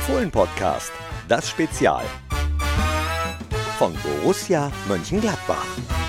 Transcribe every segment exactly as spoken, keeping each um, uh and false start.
Fohlen-Podcast, das Spezial von Borussia Mönchengladbach.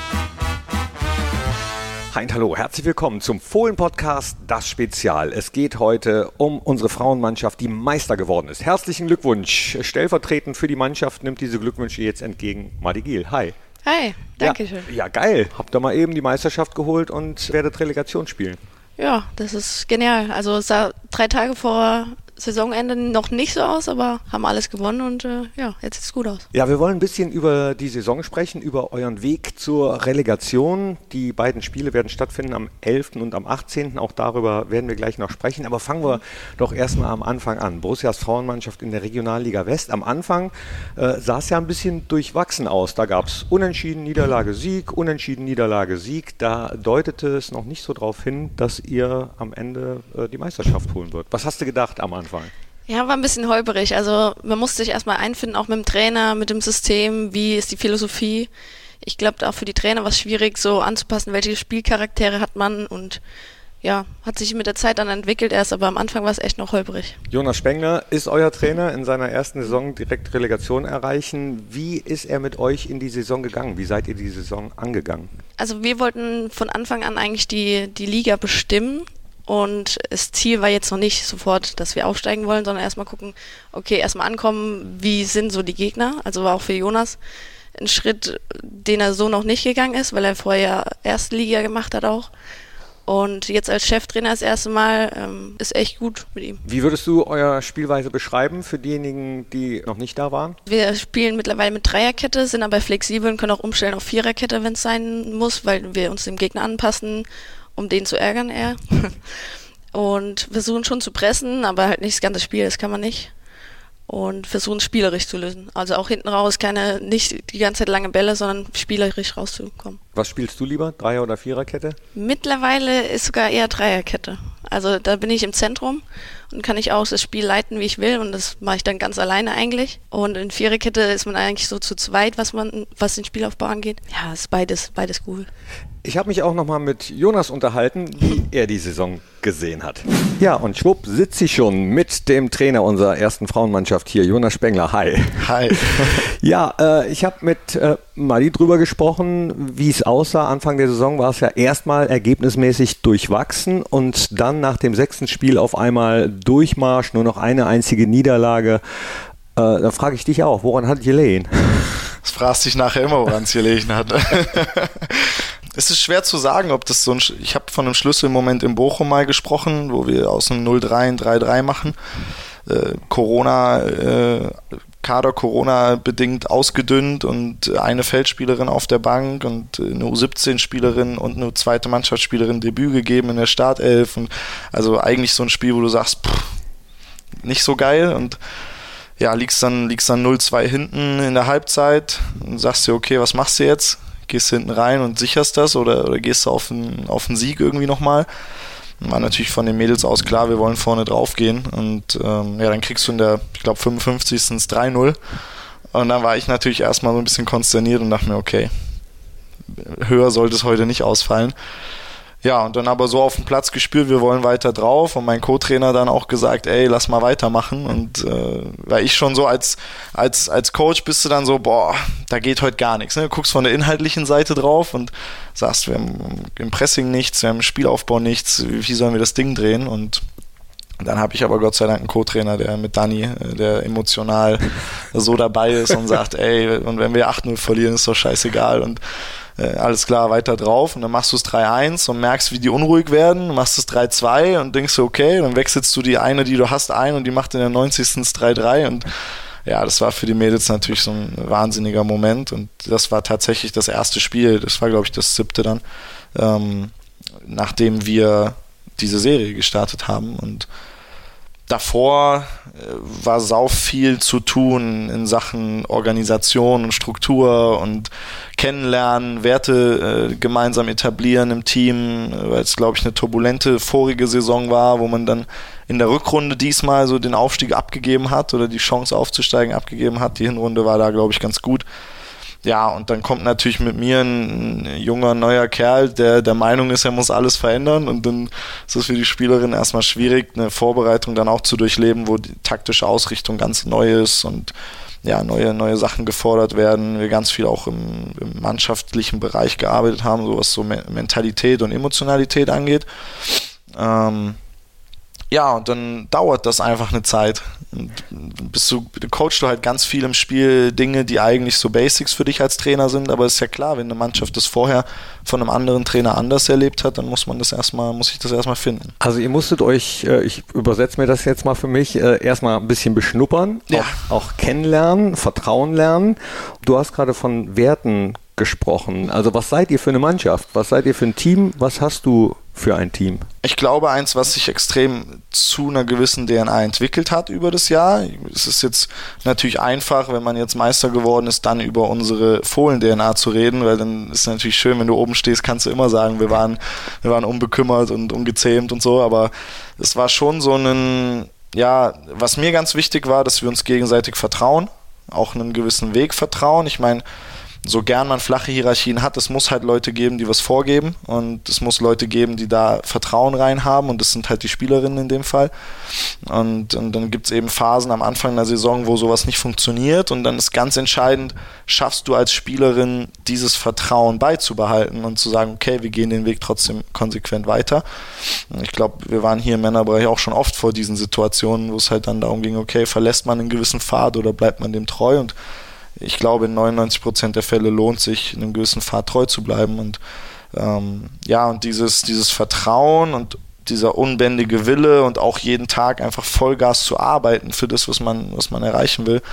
Hi und hallo, herzlich willkommen zum Fohlen-Podcast, das Spezial. Es geht heute um unsere Frauenmannschaft, die Meister geworden ist. Herzlichen Glückwunsch. Stellvertretend für die Mannschaft nimmt diese Glückwünsche jetzt entgegen Madi Giel. Hi. Hi, danke schön. Ja, ja, geil. Habt ihr mal eben die Meisterschaft geholt und werdet Relegation spielen. Ja, das ist genial. Also es sah drei Tage vor Saisonende noch nicht so aus, aber haben alles gewonnen und äh, ja, jetzt sieht es gut aus. Ja, wir wollen ein bisschen über die Saison sprechen, über euren Weg zur Relegation. Die beiden Spiele werden stattfinden am elften und am achtzehnten Auch darüber werden wir gleich noch sprechen. Aber fangen wir doch erstmal am Anfang an. Borussias Frauenmannschaft in der Regionalliga West. Am Anfang äh, sah es ja ein bisschen durchwachsen aus. Da gab es Unentschieden, Niederlage, Sieg, Unentschieden, Niederlage, Sieg. Da deutete es noch nicht so darauf hin, dass ihr am Ende äh, die Meisterschaft holen wird. Was hast du gedacht am Anfang? Ja, war ein bisschen holperig. Also man musste sich erstmal einfinden, auch mit dem Trainer, mit dem System, wie ist die Philosophie. Ich glaube, auch für die Trainer war es schwierig, so anzupassen, welche Spielcharaktere hat man und ja, hat sich mit der Zeit dann entwickelt erst, aber am Anfang war es echt noch holperig. Jonas Spengler ist euer Trainer, in seiner ersten Saison direkt Relegation erreichen. Wie ist er mit euch in die Saison gegangen? Wie seid ihr die Saison angegangen? Also wir wollten von Anfang an eigentlich die, die Liga bestimmen. Und das Ziel war jetzt noch nicht sofort, dass wir aufsteigen wollen, sondern erstmal gucken, okay, erstmal ankommen, wie sind so die Gegner. Also war auch für Jonas ein Schritt, den er so noch nicht gegangen ist, weil er vorher Erstliga gemacht hat auch. Und jetzt als Cheftrainer das erste Mal ähm, ist echt gut mit ihm. Wie würdest du eure Spielweise beschreiben für diejenigen, die noch nicht da waren? Wir spielen mittlerweile mit Dreierkette, sind aber flexibel und können auch umstellen auf Viererkette, wenn es sein muss, weil wir uns dem Gegner anpassen, um den zu ärgern eher. Und versuchen schon zu pressen, aber halt nicht das ganze Spiel, das kann man nicht. Und versuchen spielerisch zu lösen. Also auch hinten raus keine, nicht die ganze Zeit lange Bälle, sondern spielerisch rauszukommen. Was spielst du lieber, Dreier- oder Viererkette? Mittlerweile ist sogar eher Dreierkette. Also da bin ich im Zentrum und kann ich auch das Spiel leiten, wie ich will. Und das mache ich dann ganz alleine eigentlich. Und in Viererkette ist man eigentlich so zu zweit, was man, was den Spielaufbau angeht. Ja, ist beides, beides cool. Ich habe mich auch nochmal mit Jonas unterhalten, wie er die Saison gesehen hat. Ja, und schwupp sitze ich schon mit dem Trainer unserer ersten Frauenmannschaft hier, Jonas Spengler. Hi. Hi. Ja, äh, ich habe mit äh, Madi drüber gesprochen, wie es aussah. Anfang der Saison war es ja erstmal ergebnismäßig durchwachsen und dann nach dem sechsten Spiel auf einmal Durchmarsch, nur noch eine einzige Niederlage. Äh, da frage ich dich auch, woran hat es gelegen? Das fragst dich nachher immer, woran es gelegen hat. Es ist schwer zu sagen, ob das so ein... Sch- ich habe von einem Schlüsselmoment in Bochum mal gesprochen, wo wir aus einem null drei ein drei drei machen. Äh, Corona, äh, Kader Corona-bedingt ausgedünnt und eine Feldspielerin auf der Bank und eine U siebzehn Spielerin und eine zweite Mannschaftsspielerin Debüt gegeben in der Startelf. Und also eigentlich so ein Spiel, wo du sagst, pff, nicht so geil und ja, liegst dann, liegst dann null zwei hinten in der Halbzeit und sagst dir, okay, was machst du jetzt? Gehst du hinten rein und sicherst das oder, oder gehst du auf einen, auf einen Sieg irgendwie nochmal? War natürlich von den Mädels aus klar, wir wollen vorne drauf gehen und ähm, ja, dann kriegst du in der, ich glaube, fünfundfünfzigsten drei null und dann war ich natürlich erstmal so ein bisschen konsterniert und dachte mir, okay, höher sollte es heute nicht ausfallen. Ja, und dann aber so auf dem Platz gespürt, wir wollen weiter drauf und mein Co-Trainer dann auch gesagt, ey, lass mal weitermachen und äh, weil ich schon so als als als Coach bist du dann so, boah, da geht heute gar nichts. Ne? Du guckst von der inhaltlichen Seite drauf und sagst, wir haben im Pressing nichts, wir haben im Spielaufbau nichts, wie sollen wir das Ding drehen? Und dann habe ich aber Gott sei Dank einen Co-Trainer, der mit Dani, der emotional so dabei ist und sagt, ey, und wenn wir acht null verlieren, ist doch scheißegal und Äh, alles klar, weiter drauf und dann machst du es drei eins und merkst, wie die unruhig werden, machst es drei zwei und denkst du, okay, dann wechselst du die eine, die du hast, ein und die macht in der neunzigsten drei drei und ja, das war für die Mädels natürlich so ein wahnsinniger Moment und das war tatsächlich das erste Spiel, das war glaube ich das siebte dann, ähm, nachdem wir diese Serie gestartet haben und davor äh, war sau viel zu tun in Sachen Organisation und Struktur und Kennenlernen, Werte äh, gemeinsam etablieren im Team, weil es, glaube ich, eine turbulente vorige Saison war, wo man dann in der Rückrunde diesmal so den Aufstieg abgegeben hat oder die Chance aufzusteigen abgegeben hat. Die Hinrunde war da, glaube ich, ganz gut. Ja, und dann kommt natürlich mit mir ein junger, neuer Kerl, der der Meinung ist, er muss alles verändern, und dann ist es für die Spielerin erstmal schwierig, eine Vorbereitung dann auch zu durchleben, wo die taktische Ausrichtung ganz neu ist und ja, neue, neue Sachen gefordert werden. Wir ganz viel auch im, im mannschaftlichen Bereich gearbeitet haben, so was so Mentalität und Emotionalität angeht. Ähm, Ja, und dann dauert das einfach eine Zeit. Und bist du, du coachst du halt ganz viel im Spiel Dinge, die eigentlich so Basics für dich als Trainer sind, aber ist ja klar, wenn eine Mannschaft das vorher von einem anderen Trainer anders erlebt hat, dann muss man das erstmal, muss ich das erstmal finden. Also ihr musstet euch, ich übersetze mir das jetzt mal für mich, erstmal ein bisschen beschnuppern, ja. auch, auch kennenlernen, Vertrauen lernen. Du hast gerade von Werten gesprochen. Also was seid ihr für eine Mannschaft? Was seid ihr für ein Team? Was hast du für ein Team? Ich glaube, eins, was sich extrem zu einer gewissen D N A entwickelt hat über das Jahr. Es ist jetzt natürlich einfach, wenn man jetzt Meister geworden ist, dann über unsere Fohlen-D N A zu reden, weil dann ist es natürlich schön, wenn du oben stehst, kannst du immer sagen, wir waren, wir waren unbekümmert und ungezähmt und so, aber es war schon so ein, ja, was mir ganz wichtig war, dass wir uns gegenseitig vertrauen, auch einen gewissen Weg vertrauen. Ich meine, so gern man flache Hierarchien hat, es muss halt Leute geben, die was vorgeben, und es muss Leute geben, die da Vertrauen rein haben, und das sind halt die Spielerinnen in dem Fall. Und, und dann gibt es eben Phasen am Anfang der Saison, wo sowas nicht funktioniert, und dann ist ganz entscheidend, schaffst du als Spielerin dieses Vertrauen beizubehalten und zu sagen, okay, wir gehen den Weg trotzdem konsequent weiter. Und ich glaube, wir waren hier im Männerbereich auch schon oft vor diesen Situationen, wo es halt dann darum ging, okay, verlässt man einen gewissen Pfad oder bleibt man dem treu, und ich glaube, in neunundneunzig Prozent der Fälle lohnt sich, einem gewissen Pfad treu zu bleiben. Und ähm, ja, und dieses, dieses Vertrauen und dieser unbändige Wille und auch jeden Tag einfach Vollgas zu arbeiten für das, was man, was man erreichen will.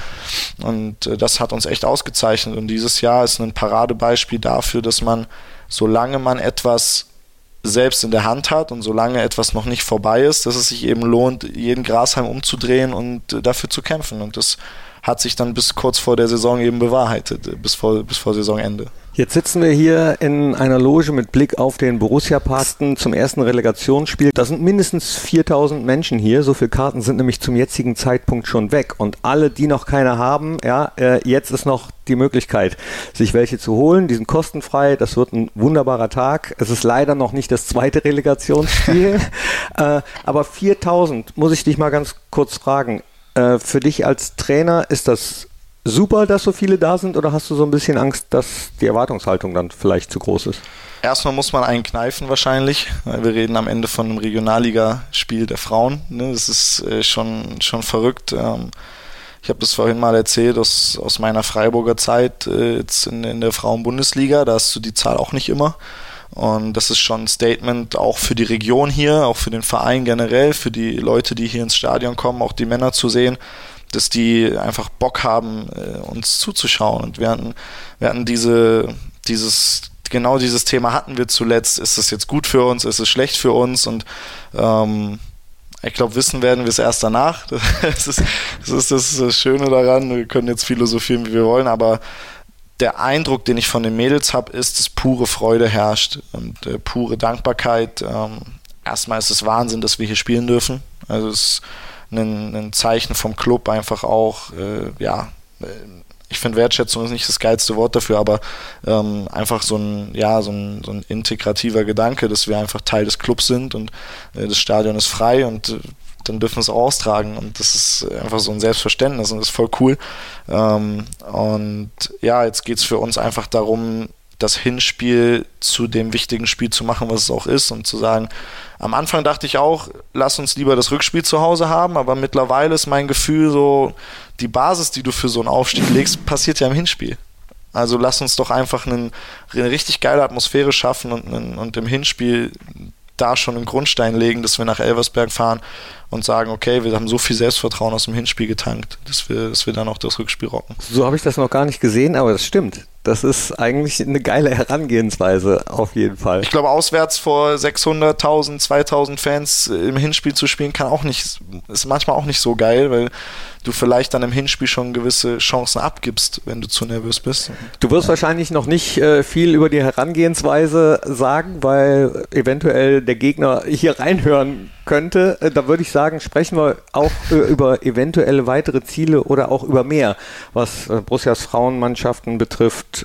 Und äh, das hat uns echt ausgezeichnet. Und dieses Jahr ist ein Paradebeispiel dafür, dass man, solange man etwas selbst in der Hand hat und solange etwas noch nicht vorbei ist, dass es sich eben lohnt, jeden Grashalm umzudrehen und äh, dafür zu kämpfen. Und das hat sich dann bis kurz vor der Saison eben bewahrheitet, bis vor, bis vor Saisonende. Jetzt sitzen wir hier in einer Loge mit Blick auf den Borussia-Park zum ersten Relegationsspiel. Da sind mindestens viertausend Menschen hier. So viele Karten sind nämlich zum jetzigen Zeitpunkt schon weg. Und alle, die noch keine haben, ja, äh, jetzt ist noch die Möglichkeit, sich welche zu holen. Die sind kostenfrei. Das wird ein wunderbarer Tag. Es ist leider noch nicht das zweite Relegationsspiel. äh, aber viertausend, muss ich dich mal ganz kurz fragen. Äh, für dich als Trainer ist das super, dass so viele da sind, oder hast du so ein bisschen Angst, dass die Erwartungshaltung dann vielleicht zu groß ist? Erstmal muss man einen kneifen wahrscheinlich, weil wir reden am Ende von einem Regionalligaspiel der Frauen. Ne? Das ist äh, schon, schon verrückt. Ähm, ich habe das vorhin mal erzählt aus, aus meiner Freiburger Zeit äh, jetzt in, in der Frauen-Bundesliga. Da hast du die Zahl auch nicht immer. Und das ist schon ein Statement auch für die Region hier, auch für den Verein generell, für die Leute, die hier ins Stadion kommen, auch die Männer zu sehen, dass die einfach Bock haben, uns zuzuschauen. Und wir hatten, wir hatten diese, dieses, genau dieses Thema hatten wir zuletzt. Ist es jetzt gut für uns? Ist es schlecht für uns? Und ähm, ich glaube, wissen werden wir es erst danach. Das ist, das ist das Schöne daran. Wir können jetzt philosophieren, wie wir wollen, aber der Eindruck, den ich von den Mädels habe, ist, dass pure Freude herrscht und äh, pure Dankbarkeit. Ähm, erstmal ist es Wahnsinn, dass wir hier spielen dürfen. Also es ist ein, ein Zeichen vom Club einfach auch, äh, ja, äh, ich finde Wertschätzung ist nicht das geilste Wort dafür, aber ähm, einfach so ein, ja, so ein, so ein integrativer Gedanke, dass wir einfach Teil des Clubs sind, und äh, das Stadion ist frei, und äh, dann dürfen wir es auch austragen, und das ist einfach so ein Selbstverständnis, und das ist voll cool. Ähm, und ja, jetzt geht es für uns einfach darum, das Hinspiel zu dem wichtigen Spiel zu machen, was es auch ist, und zu sagen, am Anfang dachte ich auch, lass uns lieber das Rückspiel zu Hause haben, aber mittlerweile ist mein Gefühl so, die Basis, die du für so einen Aufstieg legst, passiert ja im Hinspiel. Also lass uns doch einfach einen, eine richtig geile Atmosphäre schaffen und, und im Hinspiel da schon einen Grundstein legen, dass wir nach Elversberg fahren und sagen, okay, wir haben so viel Selbstvertrauen aus dem Hinspiel getankt, dass wir, dass wir dann auch das Rückspiel rocken. So habe ich das noch gar nicht gesehen, aber das stimmt. Das ist eigentlich eine geile Herangehensweise, auf jeden Fall. Ich glaube, auswärts vor sechshunderttausend, zweitausend Fans im Hinspiel zu spielen, kann auch nicht, ist manchmal auch nicht so geil, weil du vielleicht dann im Hinspiel schon gewisse Chancen abgibst, wenn du zu nervös bist. Du wirst ja wahrscheinlich noch nicht äh, viel über die Herangehensweise sagen, weil eventuell der Gegner hier reinhören könnte. Äh, da würde ich sagen, sprechen wir auch äh, über eventuelle weitere Ziele oder auch über mehr, was äh, Borussias Frauenmannschaften betrifft,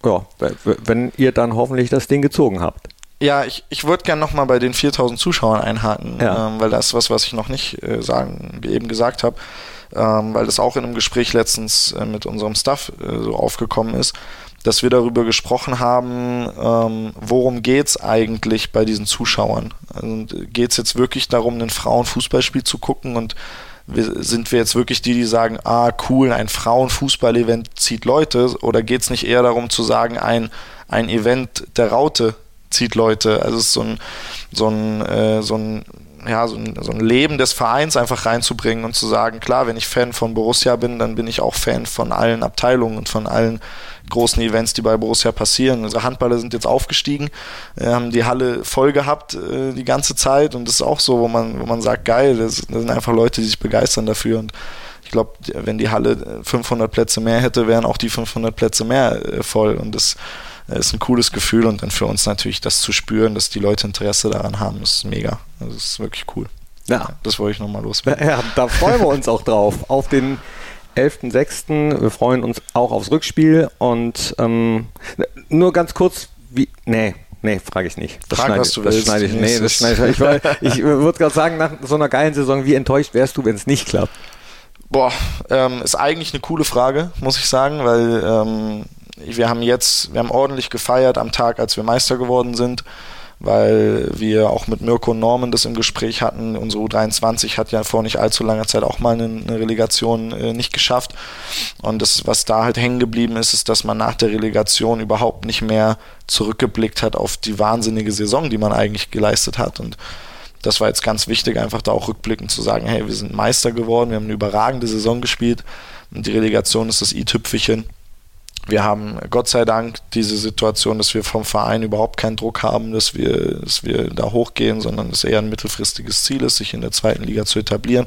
ja, wenn ihr dann hoffentlich das Ding gezogen habt. Ja, ich, ich würde gerne nochmal bei den viertausend Zuschauern einhaken, ja. ähm, weil das ist was, was ich noch nicht äh, sagen, eben gesagt habe, ähm, weil das auch in einem Gespräch letztens äh, mit unserem Staff äh, so aufgekommen ist, dass wir darüber gesprochen haben, ähm, worum geht's eigentlich bei diesen Zuschauern? Also, geht's jetzt wirklich darum, ein Frauenfußballspiel zu gucken und wir, sind wir jetzt wirklich die, die sagen, ah cool, ein Frauenfußball-Event zieht Leute, oder geht's nicht eher darum zu sagen, ein, ein Event der Raute zieht Leute, also es ist so ein, so ein, äh, so ein, ja, so ein, so ein Leben des Vereins einfach reinzubringen und zu sagen, klar, wenn ich Fan von Borussia bin, dann bin ich auch Fan von allen Abteilungen und von allen großen Events, die bei Borussia passieren. Unsere Handballer sind jetzt aufgestiegen, äh, haben die Halle voll gehabt äh, die ganze Zeit, und das ist auch so, wo man, wo man sagt, geil, das, das sind einfach Leute, die sich begeistern dafür, und ich glaube, wenn die Halle fünfhundert Plätze mehr hätte, wären auch die fünfhundert Plätze mehr äh, voll, und das ist ein cooles Gefühl, und dann für uns natürlich das zu spüren, dass die Leute Interesse daran haben, ist mega. Also das ist wirklich cool. Ja. Das wollte ich nochmal loswerden. Ja, da freuen wir uns auch drauf. Auf den elften sechsten Wir freuen uns auch aufs Rückspiel, und ähm, nur ganz kurz, wie, nee, nee, frage ich nicht. Das Frag, schneide, was du das willst. schneide ich, nee, das schneide ich. Ich, ich würde gerade sagen, nach so einer geilen Saison, wie enttäuscht wärst du, wenn es nicht klappt? Boah, ähm, ist eigentlich eine coole Frage, muss ich sagen, weil ähm, wir haben jetzt, wir haben ordentlich gefeiert am Tag, als wir Meister geworden sind, weil wir auch mit Mirko und Norman das im Gespräch hatten. Unsere U dreiundzwanzig hat ja vor nicht allzu langer Zeit auch mal eine, eine Relegation äh, nicht geschafft. Und das, was da halt hängen geblieben ist, ist, dass man nach der Relegation überhaupt nicht mehr zurückgeblickt hat auf die wahnsinnige Saison, die man eigentlich geleistet hat. Und das war jetzt ganz wichtig, einfach da auch rückblickend zu sagen, hey, wir sind Meister geworden, wir haben eine überragende Saison gespielt, und die Relegation ist das i-Tüpfelchen. Wir haben Gott sei Dank diese Situation, dass wir vom Verein überhaupt keinen Druck haben, dass wir, dass wir da hochgehen, sondern es eher ein mittelfristiges Ziel ist, sich in der zweiten Liga zu etablieren.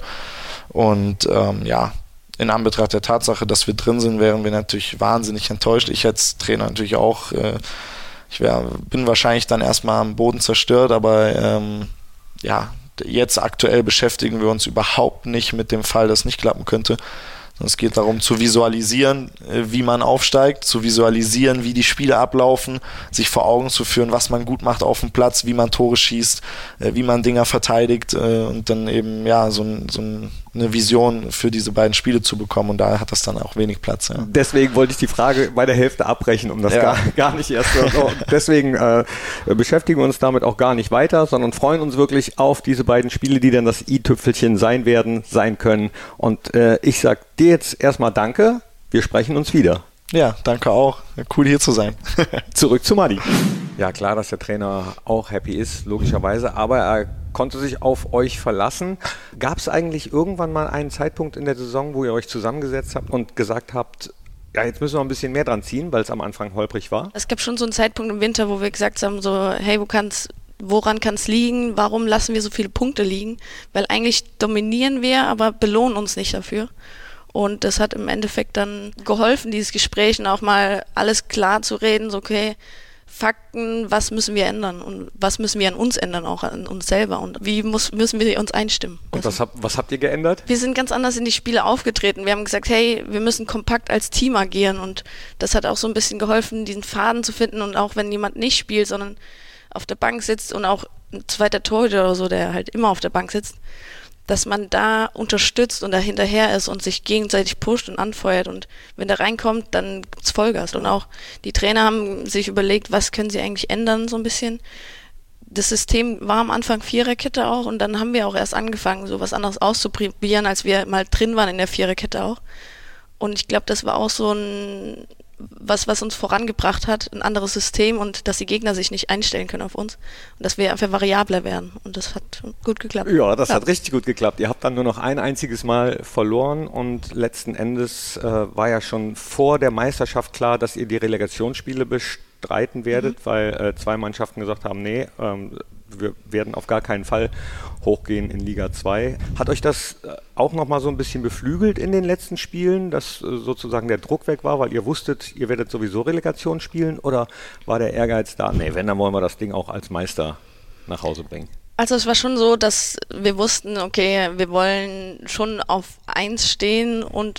Und ähm, ja, in Anbetracht der Tatsache, dass wir drin sind, wären wir natürlich wahnsinnig enttäuscht. Ich als Trainer natürlich auch. Äh, ich wär, bin wahrscheinlich dann erstmal am Boden zerstört, aber ähm, ja, jetzt aktuell beschäftigen wir uns überhaupt nicht mit dem Fall, dass nicht klappen könnte. Es geht darum zu visualisieren, wie man aufsteigt, zu visualisieren, wie die Spiele ablaufen, sich vor Augen zu führen, was man gut macht auf dem Platz, wie man Tore schießt, wie man Dinger verteidigt, und dann eben ja so, ein, so eine Vision für diese beiden Spiele zu bekommen, und da hat das dann auch wenig Platz. Ja. Deswegen wollte ich die Frage bei der Hälfte abbrechen, um das ja. gar, gar nicht erst so. Deswegen äh, beschäftigen wir uns damit auch gar nicht weiter, sondern freuen uns wirklich auf diese beiden Spiele, die dann das i-Tüpfelchen sein werden, sein können. Und äh, ich sag dir jetzt erstmal danke. Wir sprechen uns wieder. Ja, danke auch. Cool hier zu sein. Zurück zu Madi. Ja, klar, dass der Trainer auch happy ist, logischerweise, aber er konnte sich auf euch verlassen. Gab es eigentlich irgendwann mal einen Zeitpunkt in der Saison, wo ihr euch zusammengesetzt habt und gesagt habt, ja, jetzt müssen wir ein bisschen mehr dran ziehen, weil es am Anfang holprig war? Es gab schon so einen Zeitpunkt im Winter, wo wir gesagt haben, so, hey, wo kann's, woran kann es liegen? Warum lassen wir so viele Punkte liegen? Weil eigentlich dominieren wir, aber belohnen uns nicht dafür. Und das hat im Endeffekt dann geholfen, dieses Gespräch, und auch mal alles klar zu reden, so okay, Fakten, was müssen wir ändern und was müssen wir an uns ändern, auch an uns selber, und wie muss, müssen wir uns einstimmen. Und was, hab, was habt ihr geändert? Wir sind ganz anders in die Spiele aufgetreten. Wir haben gesagt, hey, wir müssen kompakt als Team agieren, und das hat auch so ein bisschen geholfen, diesen Faden zu finden, und auch wenn jemand nicht spielt, sondern auf der Bank sitzt und auch ein zweiter Torhüter oder so, der halt immer auf der Bank sitzt, dass man da unterstützt und da hinterher ist und sich gegenseitig pusht und anfeuert, und wenn der reinkommt, dann gibt's Vollgas. Und auch die Trainer haben sich überlegt, was können sie eigentlich ändern, so ein bisschen. Das System war am Anfang Viererkette auch, und dann haben wir auch erst angefangen, so was anderes auszuprobieren, als wir mal drin waren in der Viererkette auch. Und ich glaube, das war auch so ein was, was uns vorangebracht hat, ein anderes System, und dass die Gegner sich nicht einstellen können auf uns und dass wir einfach variabler werden, und das hat gut geklappt. Ja, das ja. hat richtig gut geklappt. Ihr habt dann nur noch ein einziges Mal verloren, und letzten Endes äh, war ja schon vor der Meisterschaft klar, dass ihr die Relegationsspiele bestreiten werdet, mhm. weil äh, zwei Mannschaften gesagt haben, nee, ähm, wir werden auf gar keinen Fall hochgehen in Liga zwei. Hat euch das auch nochmal so ein bisschen beflügelt in den letzten Spielen, dass sozusagen der Druck weg war, weil ihr wusstet, ihr werdet sowieso Relegation spielen, oder war der Ehrgeiz da, nee, wenn, dann wollen wir das Ding auch als Meister nach Hause bringen? Also es war schon so, dass wir wussten, okay, wir wollen schon auf eins stehen und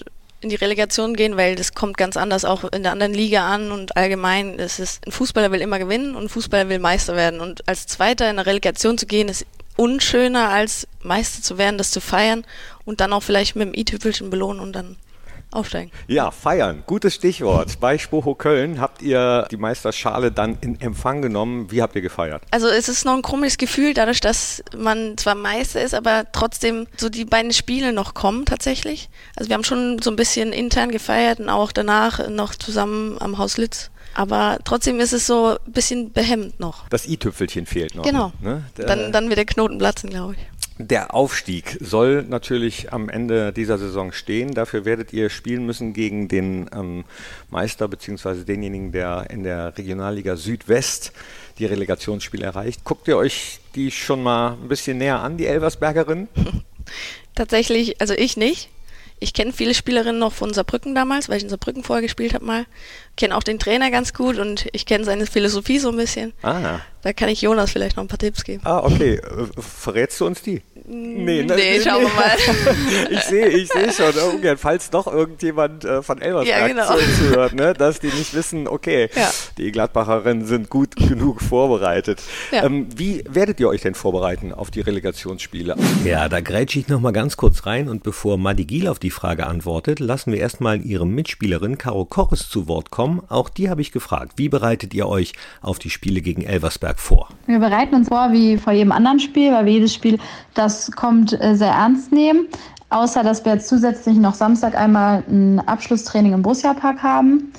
in die Relegation gehen, weil das kommt ganz anders auch in der anderen Liga an und allgemein ist es, ein Fußballer will immer gewinnen und ein Fußballer will Meister werden und als Zweiter in der Relegation zu gehen, ist unschöner als Meister zu werden, das zu feiern und dann auch vielleicht mit dem i-Tüpfelchen belohnen und dann aufsteigen. Ja, feiern. Gutes Stichwort. Bei Spoho Köln habt ihr die Meisterschale dann in Empfang genommen. Wie habt ihr gefeiert? Also es ist noch ein komisches Gefühl, dadurch, dass man zwar Meister ist, aber trotzdem so die beiden Spiele noch kommen tatsächlich. Also wir haben schon so ein bisschen intern gefeiert und auch danach noch zusammen am Haus Litz. Aber trotzdem ist es so ein bisschen behemmend noch. Das i-Tüpfelchen fehlt noch. Genau. Ne? Dann, dann wird der Knoten platzen, glaube ich. Der Aufstieg soll natürlich am Ende dieser Saison stehen. Dafür werdet ihr spielen müssen gegen den ähm, Meister bzw. denjenigen, der in der Regionalliga Südwest die Relegationsspiele erreicht. Guckt ihr euch die schon mal ein bisschen näher an, die Elversbergerinnen? Tatsächlich, also ich nicht. Ich kenne viele Spielerinnen noch von Saarbrücken damals, weil ich in Saarbrücken vorher gespielt habe mal. Kenne auch den Trainer ganz gut und ich kenne seine Philosophie so ein bisschen. Ah. Da kann ich Jonas vielleicht noch ein paar Tipps geben. Ah, okay. Verrätst du uns die? Nee, ne, nee, schauen wir mal. ich sehe ich seh schon, ungern, falls doch irgendjemand äh, von Elversberg ja, genau. zuhört, ne, dass die nicht wissen, okay, ja. die Gladbacherinnen sind gut genug vorbereitet. Ja. Ähm, wie werdet ihr euch denn vorbereiten auf die Relegationsspiele? Ja, da grätsche ich nochmal ganz kurz rein und bevor Maddy Giel auf die Frage antwortet, lassen wir erstmal ihre Mitspielerin Caro Korres zu Wort kommen. Auch die habe ich gefragt. Wie bereitet ihr euch auf die Spiele gegen Elversberg vor? Wir bereiten uns vor wie vor jedem anderen Spiel, weil wir jedes Spiel, das kommt, äh, sehr ernst nehmen. Außer, dass wir jetzt zusätzlich noch Samstag einmal ein Abschlusstraining im Borussia-Park haben.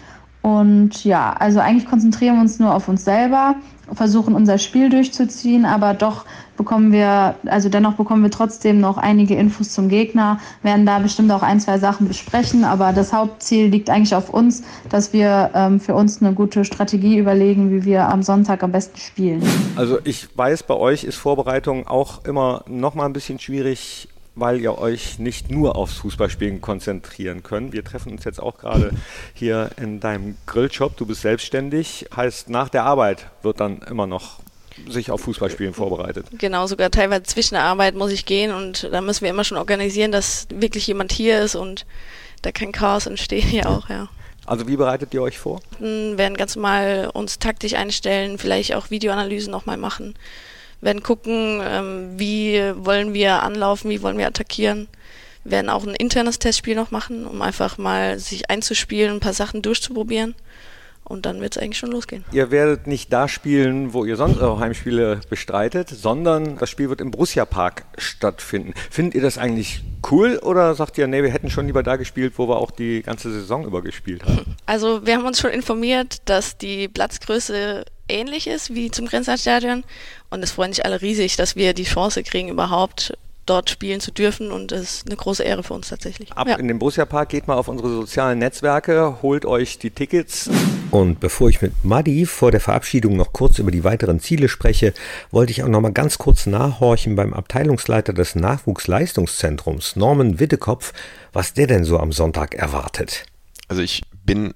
Und ja, also eigentlich konzentrieren wir uns nur auf uns selber, versuchen unser Spiel durchzuziehen, aber doch bekommen wir, also dennoch bekommen wir trotzdem noch einige Infos zum Gegner, werden da bestimmt auch ein, zwei Sachen besprechen, aber das Hauptziel liegt eigentlich auf uns, dass wir ähm, für uns eine gute Strategie überlegen, wie wir am Sonntag am besten spielen. Also ich weiß, bei euch ist Vorbereitung auch immer noch mal ein bisschen schwierig, weil ihr euch nicht nur aufs Fußballspielen konzentrieren könnt. Wir treffen uns jetzt auch gerade hier in deinem Grillshop. Du bist selbstständig, heißt nach der Arbeit wird dann immer noch sich auf Fußballspielen vorbereitet. Genau, sogar teilweise zwischen der Arbeit muss ich gehen und da müssen wir immer schon organisieren, dass wirklich jemand hier ist und da kein Chaos entsteht hier auch, ja. Also wie bereitet ihr euch vor? Wir werden ganz normal uns taktisch einstellen, vielleicht auch Videoanalysen nochmal machen. Wir werden gucken, ähm, wie wollen wir anlaufen, wie wollen wir attackieren. Wir werden auch ein internes Testspiel noch machen, um einfach mal sich einzuspielen, ein paar Sachen durchzuprobieren. Und dann wird es eigentlich schon losgehen. Ihr werdet nicht da spielen, wo ihr sonst eure Heimspiele bestreitet, sondern das Spiel wird im Borussia-Park stattfinden. Findet ihr das eigentlich cool oder sagt ihr, nee, wir hätten schon lieber da gespielt, wo wir auch die ganze Saison über gespielt haben? Also wir haben uns schon informiert, dass die Platzgröße ähnlich ist wie zum Grenzlandstadion und es freuen sich alle riesig, dass wir die Chance kriegen, überhaupt dort spielen zu dürfen und es ist eine große Ehre für uns tatsächlich. Ab ja. in den Borussia-Park, geht mal auf unsere sozialen Netzwerke, holt euch die Tickets. Und bevor ich mit Maddy vor der Verabschiedung noch kurz über die weiteren Ziele spreche, wollte ich auch noch mal ganz kurz nachhorchen beim Abteilungsleiter des Nachwuchsleistungszentrums, Norman Wittekopf, was der denn so am Sonntag erwartet. Also ich bin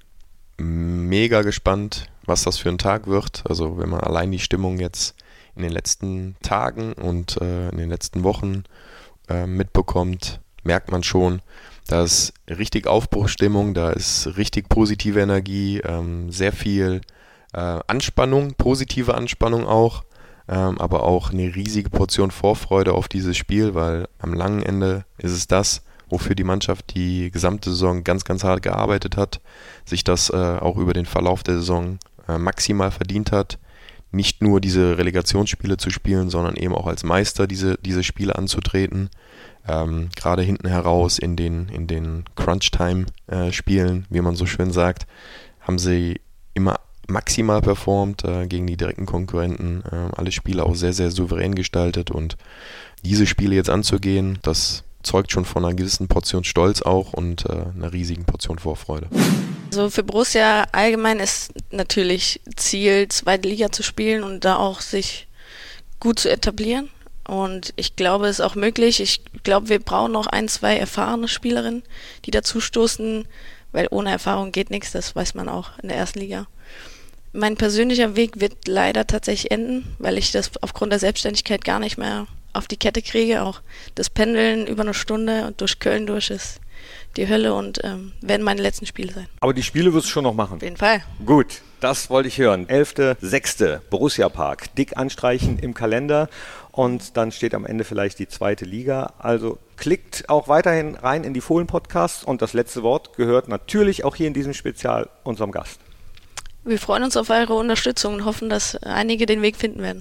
mega gespannt, was das für ein Tag wird. Also wenn man allein die Stimmung jetzt in den letzten Tagen und äh, in den letzten Wochen äh, mitbekommt, merkt man schon, da ist richtig Aufbruchsstimmung, da ist richtig positive Energie, ähm, sehr viel äh, Anspannung, positive Anspannung auch, ähm, aber auch eine riesige Portion Vorfreude auf dieses Spiel, weil am langen Ende ist es das, wofür die Mannschaft die gesamte Saison ganz, ganz hart gearbeitet hat, sich das äh, auch über den Verlauf der Saison äh, maximal verdient hat, nicht nur diese Relegationsspiele zu spielen, sondern eben auch als Meister diese, diese Spiele anzutreten. Ähm, gerade hinten heraus in den, in den Crunch-Time-Spielen, wie man so schön sagt, haben sie immer maximal performt äh, gegen die direkten Konkurrenten. Äh, alle Spiele auch sehr, sehr souverän gestaltet und diese Spiele jetzt anzugehen, das zeugt schon von einer gewissen Portion Stolz auch und äh, einer riesigen Portion Vorfreude. Also für Borussia allgemein ist natürlich Ziel, zweite Liga zu spielen und da auch sich gut zu etablieren. Und ich glaube, es ist auch möglich. Ich glaube, wir brauchen noch ein, zwei erfahrene Spielerinnen, die dazu stoßen, weil ohne Erfahrung geht nichts, das weiß man auch in der ersten Liga. Mein persönlicher Weg wird leider tatsächlich enden, weil ich das aufgrund der Selbstständigkeit gar nicht mehr auf die Kette kriege. Auch das Pendeln über eine Stunde und durch Köln durch ist die Hölle und ähm, werden meine letzten Spiele sein. Aber die Spiele wirst du schon noch machen. Auf jeden Fall. Gut, das wollte ich hören. elfter sechster Borussia Park. Dick anstreichen im Kalender und dann steht am Ende vielleicht die zweite Liga. Also klickt auch weiterhin rein in die Fohlen-Podcasts und das letzte Wort gehört natürlich auch hier in diesem Spezial unserem Gast. Wir freuen uns auf eure Unterstützung und hoffen, dass einige den Weg finden werden.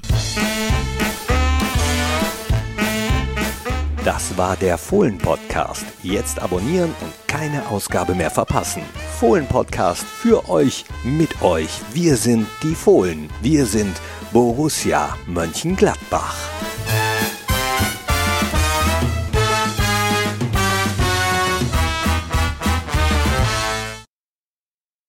Das war der Fohlen-Podcast. Jetzt abonnieren und keine Ausgabe mehr verpassen. Fohlen-Podcast für euch, mit euch. Wir sind die Fohlen. Wir sind Borussia Mönchengladbach.